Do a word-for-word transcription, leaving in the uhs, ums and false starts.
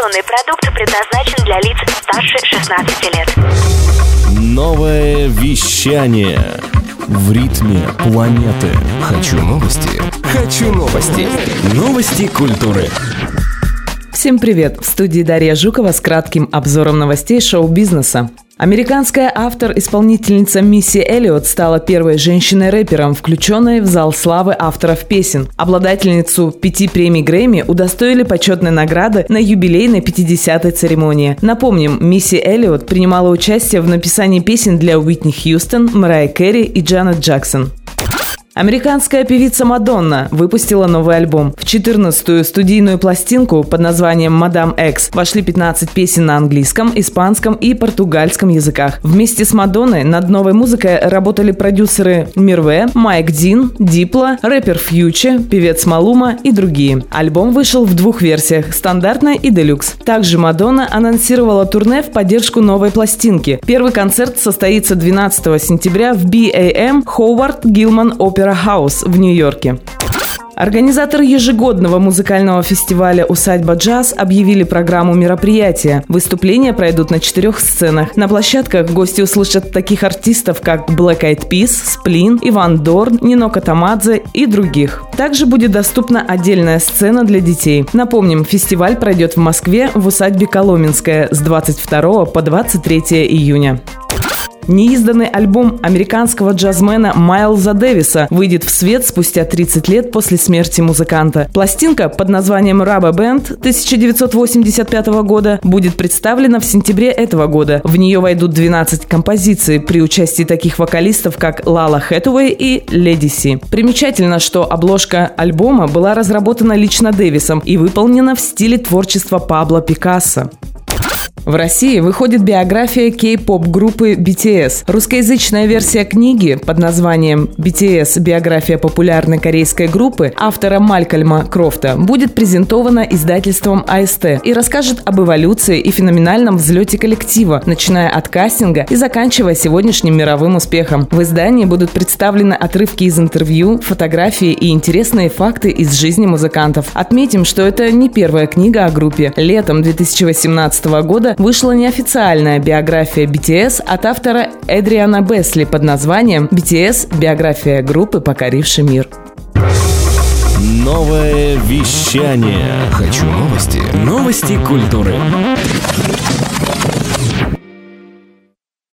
Информационный продукт предназначен для лиц старше шестнадцати лет. Новое вещание в ритме планеты. Хочу новости. Хочу новости. Новости культуры. Всем привет! В студии Дарья Жукова с кратким обзором новостей шоу-бизнеса. Американская автор-исполнительница Мисси Эллиот стала первой женщиной-рэпером, включенной в зал славы авторов песен. Обладательницу пяти премий Грэмми удостоили почетной награды на юбилейной пятидесятой церемонии. Напомним, Мисси Эллиот принимала участие в написании песен для Уитни Хьюстон, Марайя Кэрри и Джанет Джексон. Американская певица Мадонна выпустила новый альбом. В четырнадцатую студийную пластинку под названием «Мадам Экс» вошли пятнадцать песен на английском, испанском и португальском языках. Вместе с Мадонной над новой музыкой работали продюсеры Мирве, Майк Дин, Дипло, рэпер Фьюче, певец Малума и другие. Альбом вышел в двух версиях – стандартной и делюкс. Также Мадонна анонсировала турне в поддержку новой пластинки. Первый концерт состоится двенадцатого сентября в би эй эм Ховард Гилман Опера Хаус в Нью-Йорке. Организаторы ежегодного музыкального фестиваля «Усадьба Джаз» объявили программу мероприятия. Выступления пройдут на четырех сценах. На площадках гости услышат таких артистов, как Black Eyed Peas, Сплин, Иван Дорн, Нино Катамадзе и других. Также будет доступна отдельная сцена для детей. Напомним, фестиваль пройдет в Москве в усадьбе Коломенская с двадцать второго по двадцать третье июня. Неизданный альбом американского джазмена Майлза Дэвиса выйдет в свет спустя тридцать лет после смерти музыканта. Пластинка под названием «Rubber Band» тысяча девятьсот восемьдесят пятого года будет представлена в сентябре этого года. В нее войдут двенадцать композиций при участии таких вокалистов, как Лала Хэтэуэй и Леди Си. Примечательно, что обложка альбома была разработана лично Дэвисом и выполнена в стиле творчества Пабло Пикассо. В России выходит биография кей-поп-группы би ти эс. Русскоязычная версия книги под названием «би ти эс. Биография популярной корейской группы» автора Малькольма Крофта будет презентована издательством а эс тэ и расскажет об эволюции и феноменальном взлете коллектива, начиная от кастинга и заканчивая сегодняшним мировым успехом. В издании будут представлены отрывки из интервью, фотографии и интересные факты из жизни музыкантов. Отметим, что это не первая книга о группе. Летом две тысячи восемнадцатого года вышла неофициальная биография би ти эс от автора Эдриана Бесли под названием «би ти эс. Биография группы, покорившей мир». Новое вещание. Хочу новости. Новости культуры.